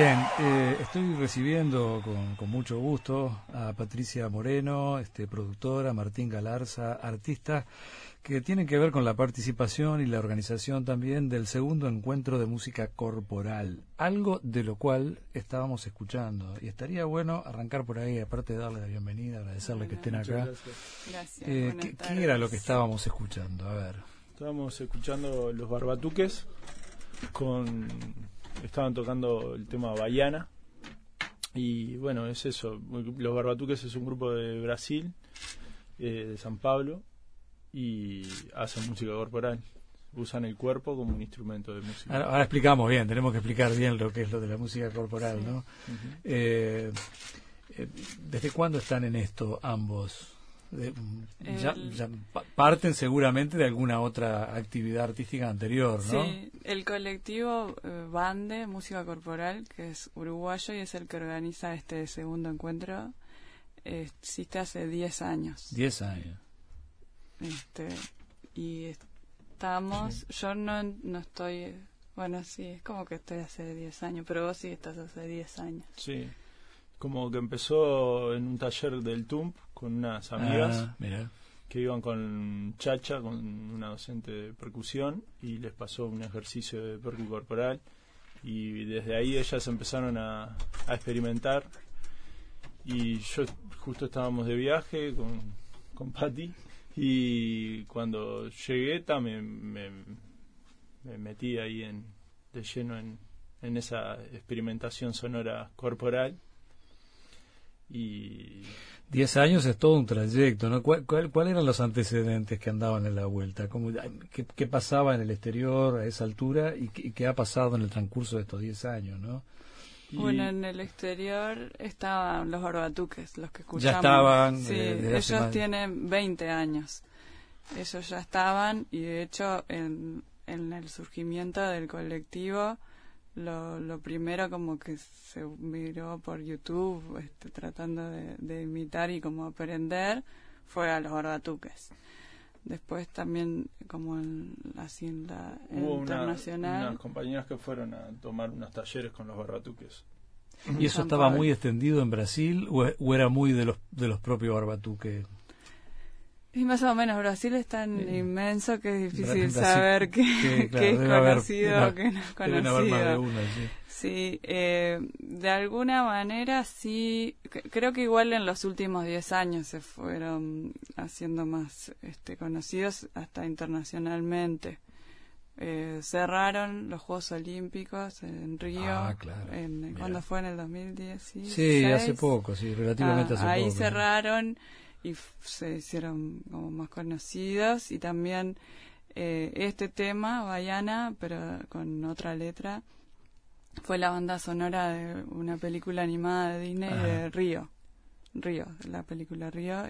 Bien, estoy recibiendo con mucho gusto a Patricia Moreno, productora, Martín Galarza, artista, que tienen que ver con la participación y la organización también del segundo encuentro de música corporal, algo de lo cual estábamos escuchando. Y estaría bueno arrancar por ahí, aparte de darle la bienvenida, agradecerle que estén acá. Gracias. ¿Qué era lo que estábamos escuchando? A ver. Estábamos escuchando Los Barbatuques estaban tocando el tema Baiana, y bueno, es eso. Los Barbatuques es un grupo de Brasil, de San Pablo, y hacen música corporal, usan el cuerpo como un instrumento de música. Ahora explicamos bien, tenemos que explicar bien lo que es lo de la música corporal, sí. ¿No? Uh-huh. ¿Desde cuándo están en esto ambos? Ya parten seguramente de alguna otra actividad artística anterior, ¿no? Sí, el colectivo Bande, Música Corporal, que es uruguayo y es el que organiza este segundo encuentro, existe hace 10 años. 10 años. Y estamos, sí. Yo no estoy, bueno, sí, es como que estoy hace 10 años, pero vos sí estás hace 10 años. Sí. Como que empezó en un taller del TUMP con unas amigas que iban con Chacha, con una docente de percusión, y les pasó un ejercicio de percu corporal, y desde ahí ellas empezaron a experimentar, y yo justo estábamos de viaje con Patti, y cuando llegué me metí ahí de lleno en esa experimentación sonora corporal. Y 10 años es todo un trayecto, ¿no? ¿Cuál eran los antecedentes que andaban en la vuelta? ¿Qué pasaba en el exterior a esa altura y qué ha pasado en el transcurso de estos 10 años, no? Bueno, en el exterior estaban los Barbatuques, los que escuchamos. Ya estaban. Sí, ellos tienen 20 años. Ellos ya estaban, y de hecho en el surgimiento del colectivo, lo primero como que se miró por YouTube, tratando de imitar y como aprender, fue a los Barbatuques. Después también como así en la internacional. Unas compañeras que fueron a tomar unos talleres con los Barbatuques. ¿Y eso estaba muy extendido en Brasil o era muy de los propios Barbatuques? Y más o menos, Brasil es tan inmenso que es difícil saber qué es conocido, qué no es conocido. Deben haber más de una, sí. Sí, de alguna manera sí, creo que igual en los últimos 10 años se fueron haciendo más conocidos hasta internacionalmente. Cerraron los Juegos Olímpicos en Río, claro. ¿Cuándo fue? En el 2010. Sí, hace poco, sí, relativamente hace poco. Ahí cerraron y se hicieron como más conocidos, y también este tema, Baiana, pero con otra letra, fue la banda sonora de una película animada de Disney de Río, la película Río,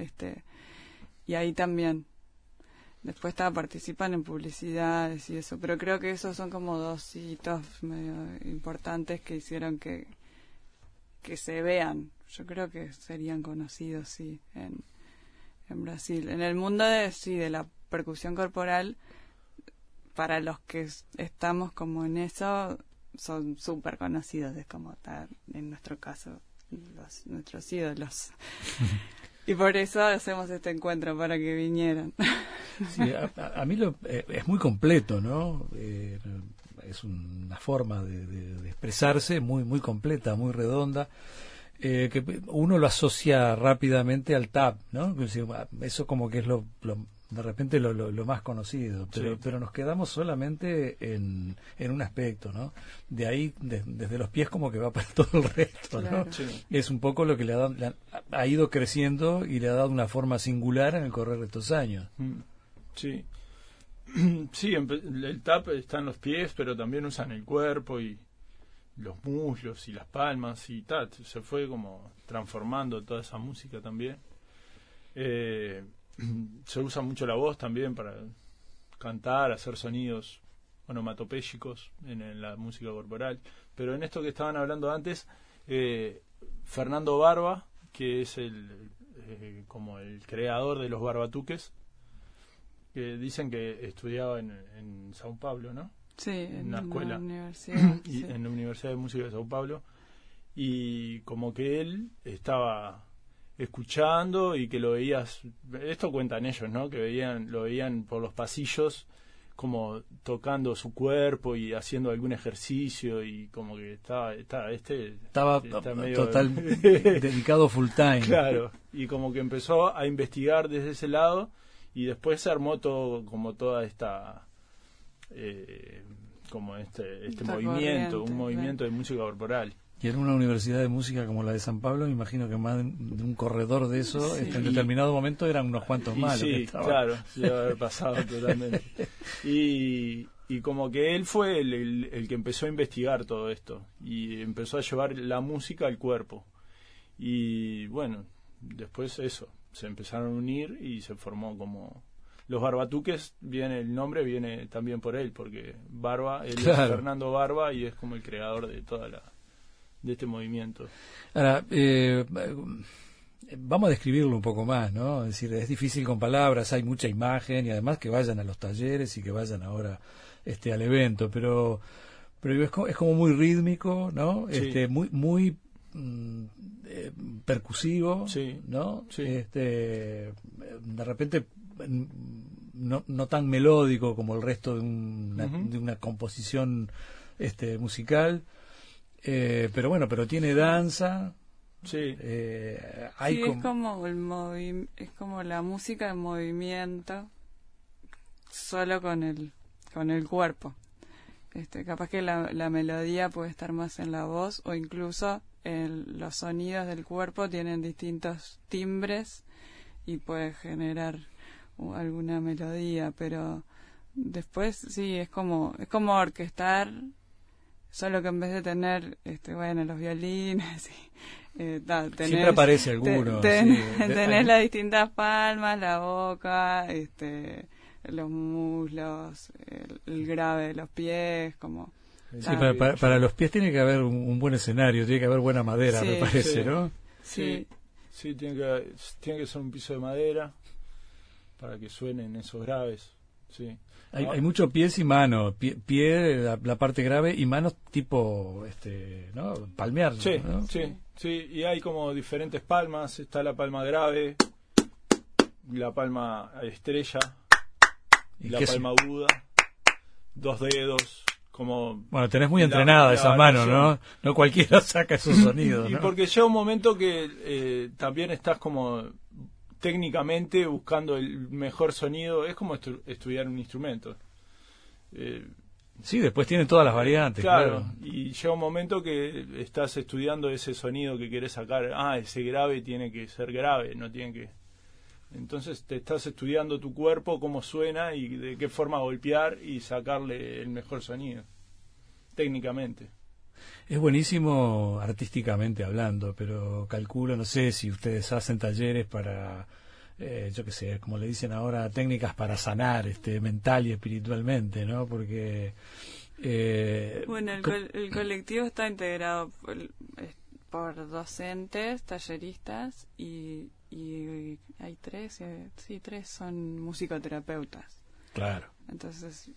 y ahí también. Después participan en publicidades y eso, pero creo que esos son como dos hitos medio importantes que hicieron que se vean. Yo creo que serían conocidos, sí, en Brasil. En el mundo de la percusión corporal, para los que estamos como en eso, son súper conocidos, es como estar, en nuestro caso, nuestros ídolos. Y por eso hacemos este encuentro, para que vinieran. Sí, a mí es muy completo, ¿no? Es una forma de expresarse muy, muy completa, muy redonda. Que uno lo asocia rápidamente al tap, ¿no? Eso como que es de repente lo más conocido, pero nos quedamos solamente en un aspecto, ¿no? De ahí, desde los pies, como que va para todo el resto, ¿no? Claro. Sí. Es un poco lo que ha ido creciendo y le ha dado una forma singular en el correr de estos años. Sí. Sí, el tap está en los pies, pero también usan el cuerpo y los muslos y las palmas y tal. Se fue como transformando toda esa música también. Se usa mucho la voz también para cantar, hacer sonidos onomatopéyicos en la música corporal. Pero en esto que estaban hablando antes, Fernando Barba, que es como el creador de los Barbatuques, que dicen que estudiaba en Sao Paulo, ¿no? Sí, en la escuela, universidad, y en la Universidad de Música de Sao Paulo, y como que él estaba escuchando y que lo veías, esto cuentan ellos, ¿no? Que lo veían por los pasillos como tocando su cuerpo y haciendo algún ejercicio, y como que estaba medio total dedicado full time. Claro, y como que empezó a investigar desde ese lado, y después se armó todo, como toda esta como este movimiento, un movimiento de música corporal. Y en una universidad de música como la de San Pablo, me imagino que más de un corredor de eso, sí, en determinado momento eran unos cuantos más. Sí, claro, se debe haber pasado totalmente. Y como que él fue el que empezó a investigar todo esto, y empezó a llevar la música al cuerpo. Y bueno, después eso, se empezaron a unir y se formó como... Los Barbatuques, el nombre viene también por él, porque Barba, él es Fernando Barba, y es como el creador de de este movimiento. Ahora, vamos a describirlo un poco más, ¿no? Es decir, es difícil con palabras, hay mucha imagen, y además que vayan a los talleres y que vayan ahora al evento, pero es como muy rítmico, ¿no? Sí. Muy percusivo, sí. ¿no? Sí. De repente no tan melódico como el resto de una composición musical. Pero tiene danza. Sí. Es como es como la música en movimiento, solo con el cuerpo. Capaz que la melodía puede estar más en la voz, o incluso los sonidos del cuerpo tienen distintos timbres y puede generar alguna melodía, pero después sí es como orquestar. Solo que en vez de tener los violines siempre aparece alguno tenés las distintas palmas, la boca, los muslos, el grave de los pies, como sí, para los pies tiene que haber un buen escenario, tiene que haber buena madera, sí, me parece, sí, ¿no? Sí, tiene que ser un piso de madera para que suenen esos graves. Sí. Hay mucho pies y manos, pie la parte grave, y manos tipo ¿no? Palmear, sí, ¿no? sí, y hay como diferentes palmas. Está la palma grave, la palma estrella, y la palma aguda, 2 dedos, como... Bueno, tenés muy entrenada esa mano, ¿no? No cualquiera saca esos sonidos, y ¿no? porque llega un momento que también estás como técnicamente buscando el mejor sonido. Es como estudiar un instrumento. Sí, después tienen todas las variantes, claro. Y llega un momento que estás estudiando ese sonido que querés sacar. Ese grave tiene que ser grave, no tiene que... Entonces te estás estudiando tu cuerpo, cómo suena y de qué forma golpear y sacarle el mejor sonido, técnicamente. Es buenísimo artísticamente hablando, pero calculo, no sé si ustedes hacen talleres para, yo qué sé, como le dicen ahora, técnicas para sanar mental y espiritualmente, ¿no? Porque... bueno, el colectivo está integrado por docentes, talleristas, y hay 3 son musicoterapeutas. Claro. Entonces,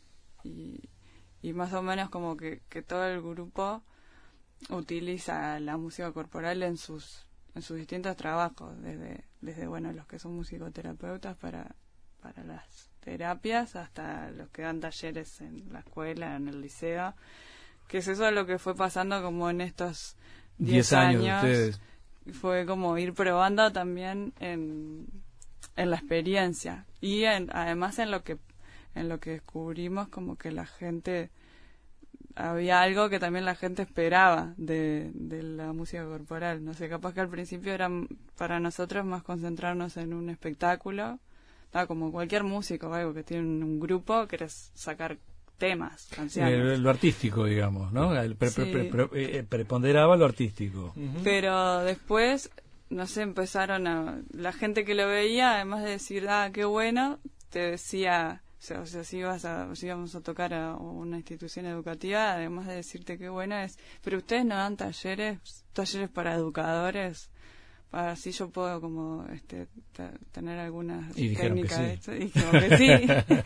y más o menos como que todo el grupo utiliza la música corporal en sus distintos trabajos, desde los que son musicoterapeutas para las terapias, hasta los que dan talleres en la escuela, en el liceo, que es eso lo que fue pasando como en estos 10 años. Fue como ir probando también en la experiencia, y además en lo que descubrimos, como que la gente, había algo que también la gente esperaba de la música corporal. No sé, capaz que al principio era para nosotros más concentrarnos en un espectáculo, como cualquier músico o algo que tiene un grupo, querés sacar temas, canciones. Lo artístico, digamos, ¿no? Preponderaba lo artístico. Uh-huh. Pero después, no sé, la gente que lo veía, además de decir, qué bueno, te decía, o sea, si íbamos a tocar a una institución educativa, además de decirte qué bueno pero ustedes no dan talleres para educadores, para así yo puedo como tener algunas técnicas de esto, y como que sí.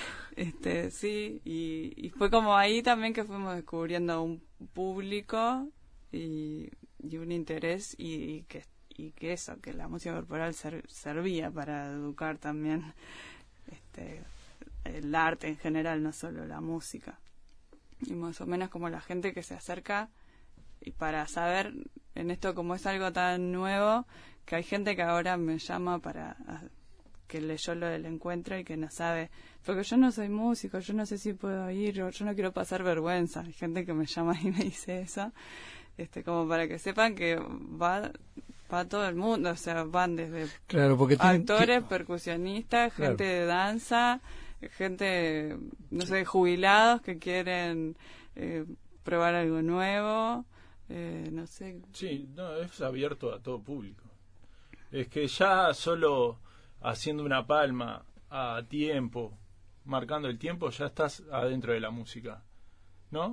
Sí, y fue como ahí también que fuimos descubriendo un público, y un interés y que eso, que la música corporal servía para educar también el arte en general, no solo la música. Y más o menos como la gente que se acerca y para saber en esto, como es algo tan nuevo, que hay gente que ahora me llama para que leyó lo del encuentro y que no sabe, porque yo no soy músico, yo no sé si puedo ir, o yo no quiero pasar vergüenza. Hay gente que me llama y me dice eso, como para que sepan que va todo el mundo, o sea, van desde porque actores, percusionistas, claro, gente de danza, gente, no sé, jubilados que quieren probar algo nuevo, no sé. Sí, no, es abierto a todo público. Es que ya solo haciendo una palma a tiempo, marcando el tiempo, ya estás adentro de la música, ¿no?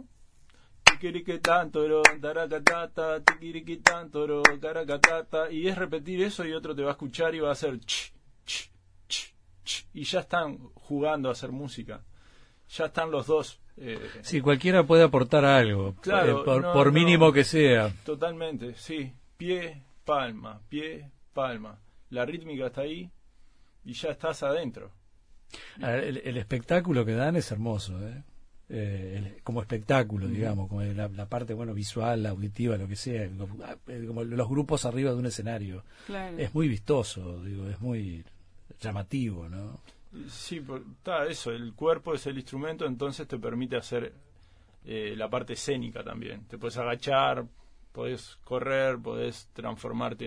Y es repetir eso y otro te va a escuchar y va a hacer y ya están jugando a hacer música, ya están los dos. Sí, cualquiera puede aportar algo, claro, por mínimo que sea. Totalmente, sí. Pie, palma, la rítmica está ahí y ya estás adentro. El espectáculo que dan es hermoso, como espectáculo, digamos, como la parte visual, auditiva, lo que sea, como los grupos arriba de un escenario. Claro. Es muy vistoso, es muy llamativo, ¿no? Sí, está eso, el cuerpo es el instrumento, entonces te permite hacer la parte escénica también. Te puedes agachar, podés correr, podés transformarte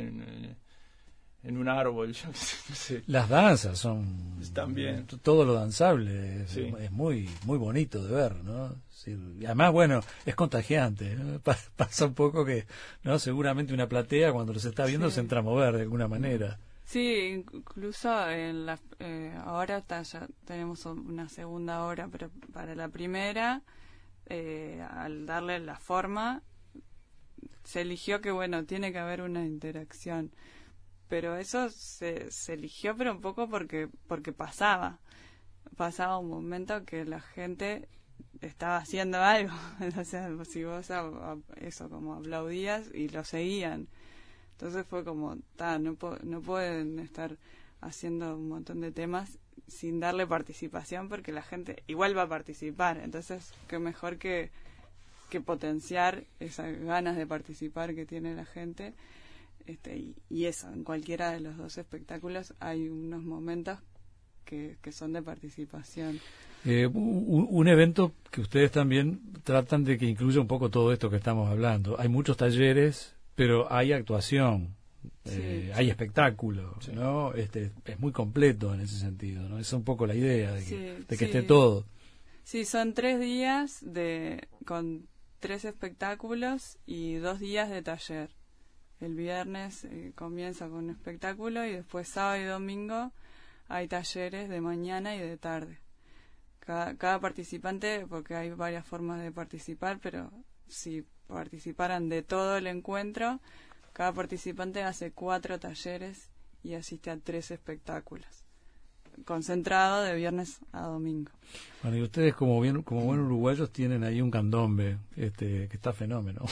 en un árbol, yo no sé. Las danzas son también todo lo danzable, sí, es muy muy bonito de ver, ¿no? Sí, y además, es contagiante, ¿no? Pasa un poco que, ¿no? Seguramente una platea cuando los está viendo se entra a mover de alguna manera. Sí, incluso ahora ya tenemos una segunda hora, pero para la primera, al darle la forma, se eligió que, tiene que haber una interacción. Pero eso se eligió, pero un poco porque pasaba un momento que la gente estaba haciendo algo. O sea, si vos eso, como aplaudías y lo seguían. Entonces fue como, no pueden estar haciendo un montón de temas sin darle participación, porque la gente igual va a participar. Entonces, qué mejor que potenciar esas ganas de participar que tiene la gente. Y eso, en cualquiera de los dos espectáculos hay unos momentos que son de participación. Un evento que ustedes también tratan de que incluya un poco todo esto que estamos hablando. Hay muchos talleres, pero hay actuación, hay espectáculo, sí, ¿no? Es muy completo en ese sentido, ¿no? Esa es un poco la idea de que esté todo. Sí, son 3 días con 3 espectáculos y 2 días de taller. El viernes comienza con un espectáculo y después sábado y domingo hay talleres de mañana y de tarde. Cada participante, porque hay varias formas de participar, pero si participaran de todo el encuentro, cada participante hace 4 talleres y asiste a 3 espectáculos, concentrado de viernes a domingo. Bueno, y ustedes como buenos uruguayos tienen ahí un candombe que está fenómeno,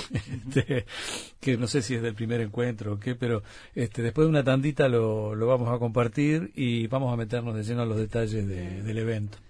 que no sé si es del primer encuentro o qué, pero después de una tandita lo vamos a compartir y vamos a meternos de lleno a los detalles del evento.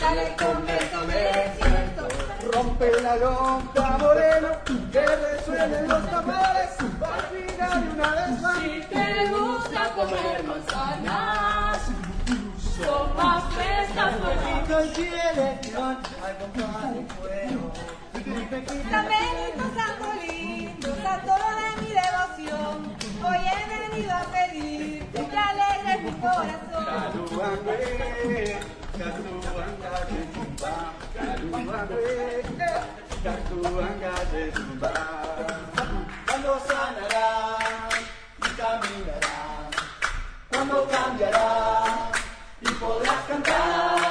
sale con beso de desierto. Rompe la lonja, moreno, que resuenen los tambores, al final de una vez más. Si te gusta comer manzanas, son más frescas por Benito tiene tirón, al compás de fuego. San Benito, santo lindo, santo de mi devoción, hoy he venido a pedirte que alegres mi corazón. Cuando sanará y caminará, cuando cambiará y podrás cantar.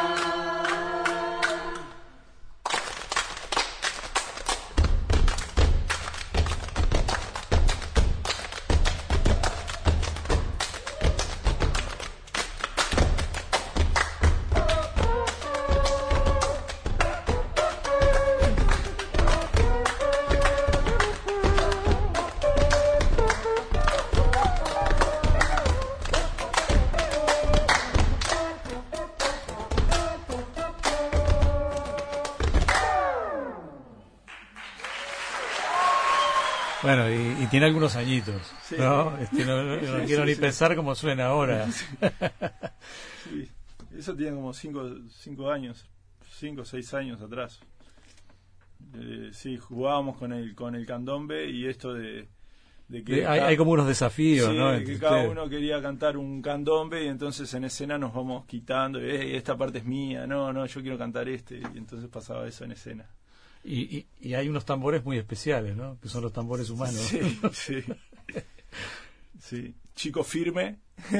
Bueno, y tiene algunos añitos, Sí. ¿no? No quiero ni pensar cómo suena ahora. Sí. Eso tiene como 5 años, 5 o 6 años atrás. Sí, jugábamos con el candombe y esto de que Hay como unos desafíos, sí, ¿no? que cada uno quería cantar un candombe y entonces en escena nos vamos quitando, esta parte es mía, no, yo quiero cantar y entonces pasaba eso en escena. Y hay unos tambores muy especiales, ¿no? Que son los tambores humanos. Sí, sí. Sí. Chico firme.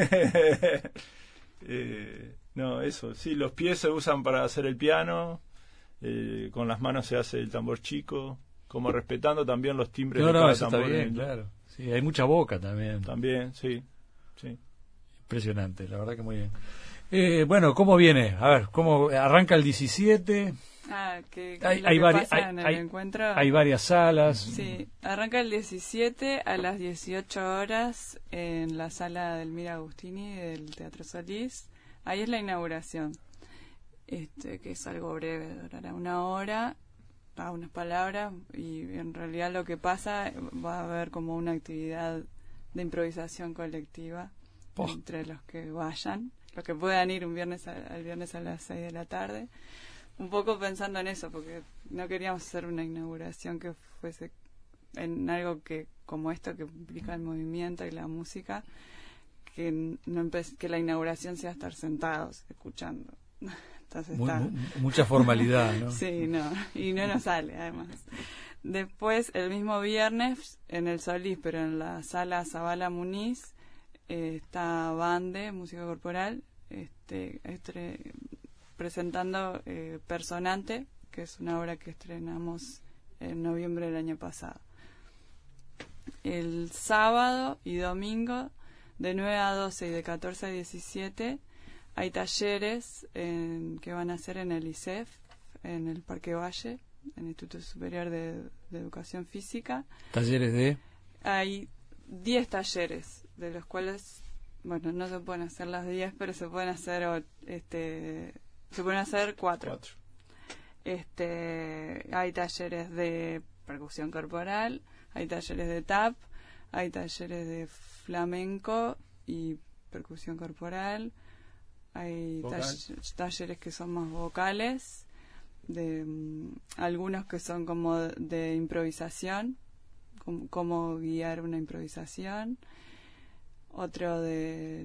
No, eso. Sí, los pies se usan para hacer el piano. Con las manos se hace el tambor chico. Como respetando también los timbres de cada eso tambor. está bien, claro. Sí, hay mucha boca también. También, sí. Impresionante, la verdad que muy bien. Bueno, ¿cómo viene? A ver, ¿cómo arranca el 17? Hay varias salas. Sí, arranca el 17 a las 18 horas en la sala del Mira Agustini del Teatro Solís. Ahí es la inauguración, que es algo breve, durará 1 hora, a unas palabras, y en realidad lo que pasa va a haber como una actividad de improvisación colectiva entre los que vayan, los que puedan ir al viernes a las 6 de la tarde. Un poco pensando en eso, porque no queríamos hacer una inauguración que fuese en algo que como esto que implica el movimiento y la música, que que la inauguración sea estar sentados escuchando. Entonces mucha formalidad, ¿no? Sí, y no nos sale además. Después, el mismo viernes, en el Solís, pero en la sala Zabala Muniz, está Bande, música corporal, presentando Personante, que es una obra que estrenamos en noviembre del año pasado. El sábado y domingo, de 9 a 12 y de 14 a 17, hay talleres que van a hacer en el ISEF, en el Parque Valle, en el Instituto Superior de Educación Física. ¿Talleres de? Hay 10 talleres, de los cuales, bueno, no se pueden hacer las 10, pero se pueden hacer se pueden hacer 4. Hay talleres de percusión corporal, hay talleres de tap, hay talleres de flamenco y percusión corporal, hay talleres que son más vocales, de algunos que son como de improvisación, cómo guiar una improvisación, otro de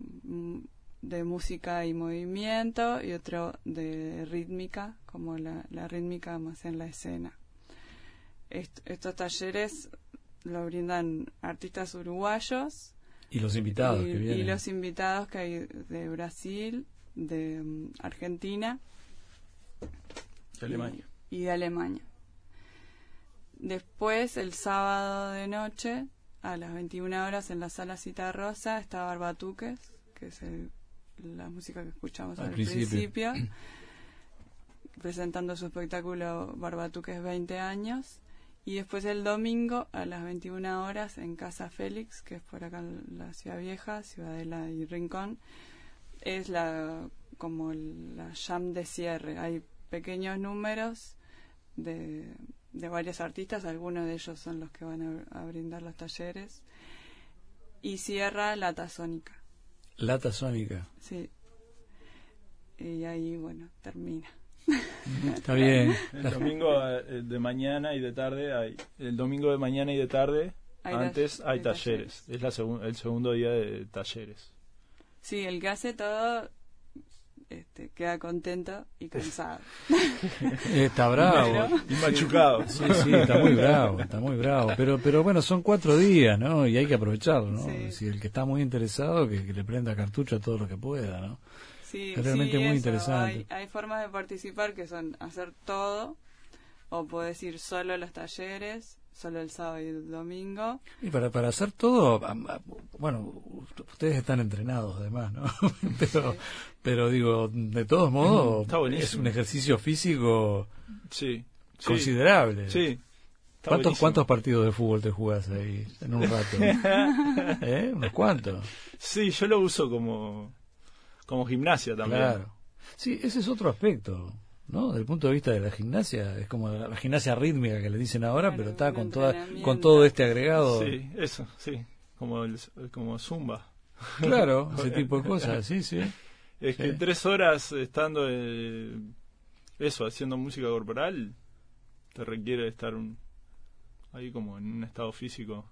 música y movimiento, y otro de rítmica, como la rítmica más en la escena. Estos talleres lo brindan artistas uruguayos y los invitados que vienen. Y los invitados que hay de Brasil, de Argentina de Alemania. Y de Alemania. Después, el sábado de noche, a las 21 horas, en la sala Citarrosa, está Barbatuques, que es la música que escuchamos al principio, presentando su espectáculo Barbatuques 20 años. Y después el domingo, a las 21 horas, en Casa Félix, que es por acá en la Ciudad Vieja, Ciudadela y Rincón, es la como la jam de cierre. Hay pequeños números de varios artistas, algunos de ellos son los que van a brindar los talleres, y cierra Lata Sónica. Lata Sónica. Sí. Y ahí, bueno, termina. Está bien. El domingo de mañana y de tarde el domingo de mañana y de tarde hay talleres. Es el segundo día de talleres. Sí, el que hace todo queda contento y cansado. Está bravo. Y machucado. Sí, está muy bravo. Pero bueno, son 4 días, ¿no? Y hay que aprovecharlo, ¿no? Sí. Si el que está muy interesado, que le prenda cartucho a todo lo que pueda, ¿no? Sí, es realmente muy interesante. Hay formas de participar que son hacer todo, o podés ir solo a los talleres, solo el sábado y el domingo. Y para hacer todo, bueno, ustedes están entrenados además, ¿no? pero digo, de todos modos, es un ejercicio físico considerable. Sí. ¿Cuántos partidos de fútbol te jugás ahí en un rato? ¿Unos cuantos? Sí, yo lo uso como gimnasia también. Claro. Sí, ese es otro aspecto, ¿no? Desde el punto de vista de la gimnasia, es como la gimnasia rítmica que le dicen ahora, pero está con todo este agregado. Sí, eso, sí, como Zumba. Claro, ese tipo de cosas, sí. Es que 3 horas estando haciendo música corporal te requiere estar ahí como en un estado físico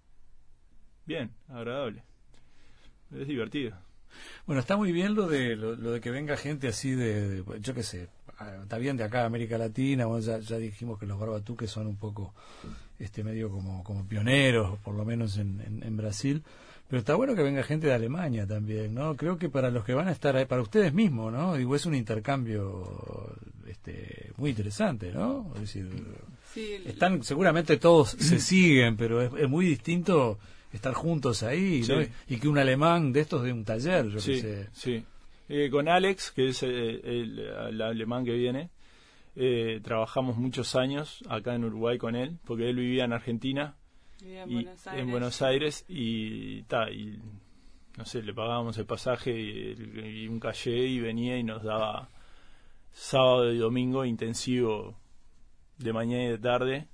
bien, agradable. Es divertido. Bueno, está muy bien lo de que venga gente así de yo qué sé, está bien de acá de América Latina, bueno, ya dijimos que los barbatuques son un poco medio como pioneros, por lo menos en Brasil, pero está bueno que venga gente de Alemania también, ¿no? Creo que para los que van a estar ahí, para ustedes mismos, ¿no? Digo, es un intercambio muy interesante, ¿no? Es decir, seguramente todos se siguen, pero es muy distinto estar juntos ahí, ¿no? Y que un alemán de estos de un taller, yo qué sé. Sí. Con Alex, que es el alemán que viene, trabajamos muchos años acá en Uruguay con él, porque él vivía en Argentina, en Buenos Aires, y no sé, le pagábamos el pasaje y un caché, y venía y nos daba sábado y domingo intensivo de mañana y de tarde.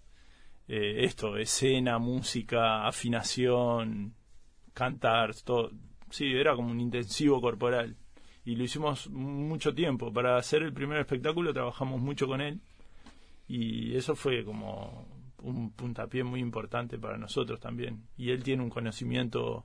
Escena, música, afinación, cantar, todo. Sí, era como un intensivo corporal. Y lo hicimos mucho tiempo. Para hacer el primer espectáculo trabajamos mucho con él. Y eso fue como un puntapié muy importante para nosotros también. Y él tiene un conocimiento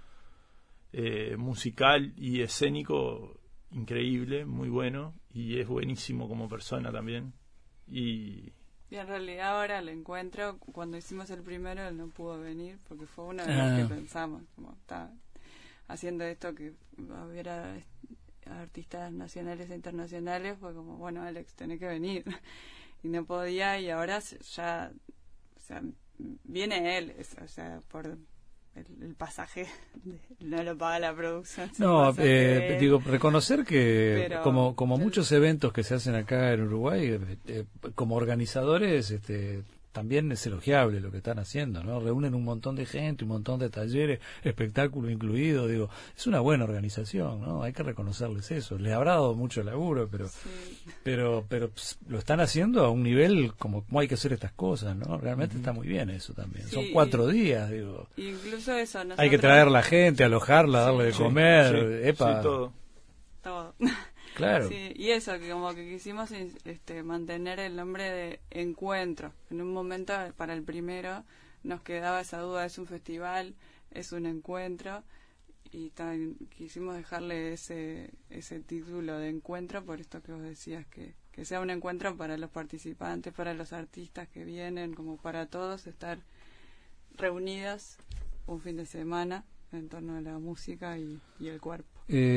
musical y escénico increíble, muy bueno. Y es buenísimo como persona también. Y en realidad ahora el encuentro, cuando hicimos el primero, él no pudo venir porque fue una de las que pensamos, como está haciendo esto que hubiera artistas nacionales e internacionales, fue como, bueno, Alex, tenés que venir. Y no podía, y ahora ya, o sea, viene él, o sea, por el pasaje no lo paga la producción. No, digo, reconocer que como muchos eventos que se hacen acá en Uruguay, como organizadores, también es elogiable lo que están haciendo, ¿no? Reúnen un montón de gente, un montón de talleres, espectáculos incluidos, digo, es una buena organización, ¿no? Hay que reconocerles eso. Les habrá dado mucho laburo, pero lo están haciendo a un nivel como hay que hacer estas cosas, ¿no? Realmente está muy bien eso también. Sí, son 4 días, digo. Incluso eso. Hay que traer la gente, alojarla, darle de comer, epa. Sí, todo. Claro. Sí, y eso, que como que quisimos mantener el nombre de encuentro. En un momento, para el primero, nos quedaba esa duda, ¿es un festival? ¿Es un encuentro? Y quisimos dejarle ese título de encuentro, por esto que vos decías, que sea un encuentro para los participantes, para los artistas que vienen, como para todos, estar reunidos un fin de semana en torno a la música y el cuerpo.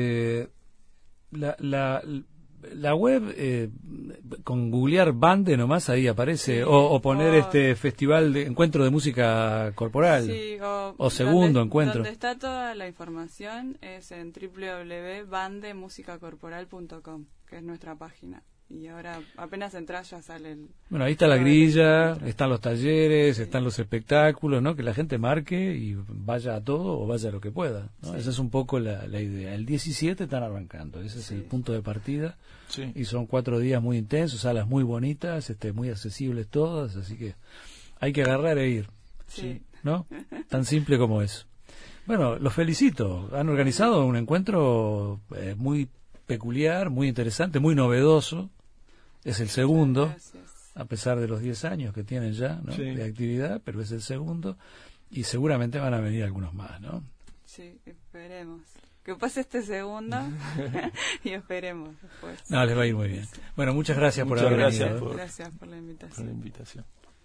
La web, con googlear Bande nomás ahí aparece, sí, o poner festival de encuentro de música corporal, sí, o segundo encuentro. Donde está toda la información es en www.bandemusicacorporal.com, que es nuestra página. y ahora apenas entras ya sale el... Bueno, ahí está la grilla, están los talleres, están los espectáculos, ¿no? Que la gente marque y vaya a todo o vaya a lo que pueda, ¿no? Esa es un poco la idea. El 17 están arrancando, ese es el punto de partida. Sí. Y son 4 días muy intensos, salas muy bonitas, muy accesibles todas, así que hay que agarrar e ir. Sí. ¿No? Tan simple como eso. Bueno, los felicito. Han organizado un encuentro muy peculiar, muy interesante, muy novedoso. Es el segundo, a pesar de los 10 años que tienen ya, ¿no? De actividad, pero es el segundo y seguramente van a venir algunos más, ¿no? Sí, esperemos. Que pase este segundo y esperemos después. No, les va a ir muy bien. Bueno, muchas gracias por haber venido. Gracias por la invitación.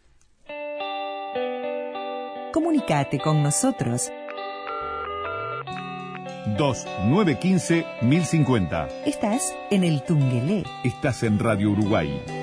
Comunicate con nosotros 2915-1050. Estás en el Tungelé. Estás en Radio Uruguay.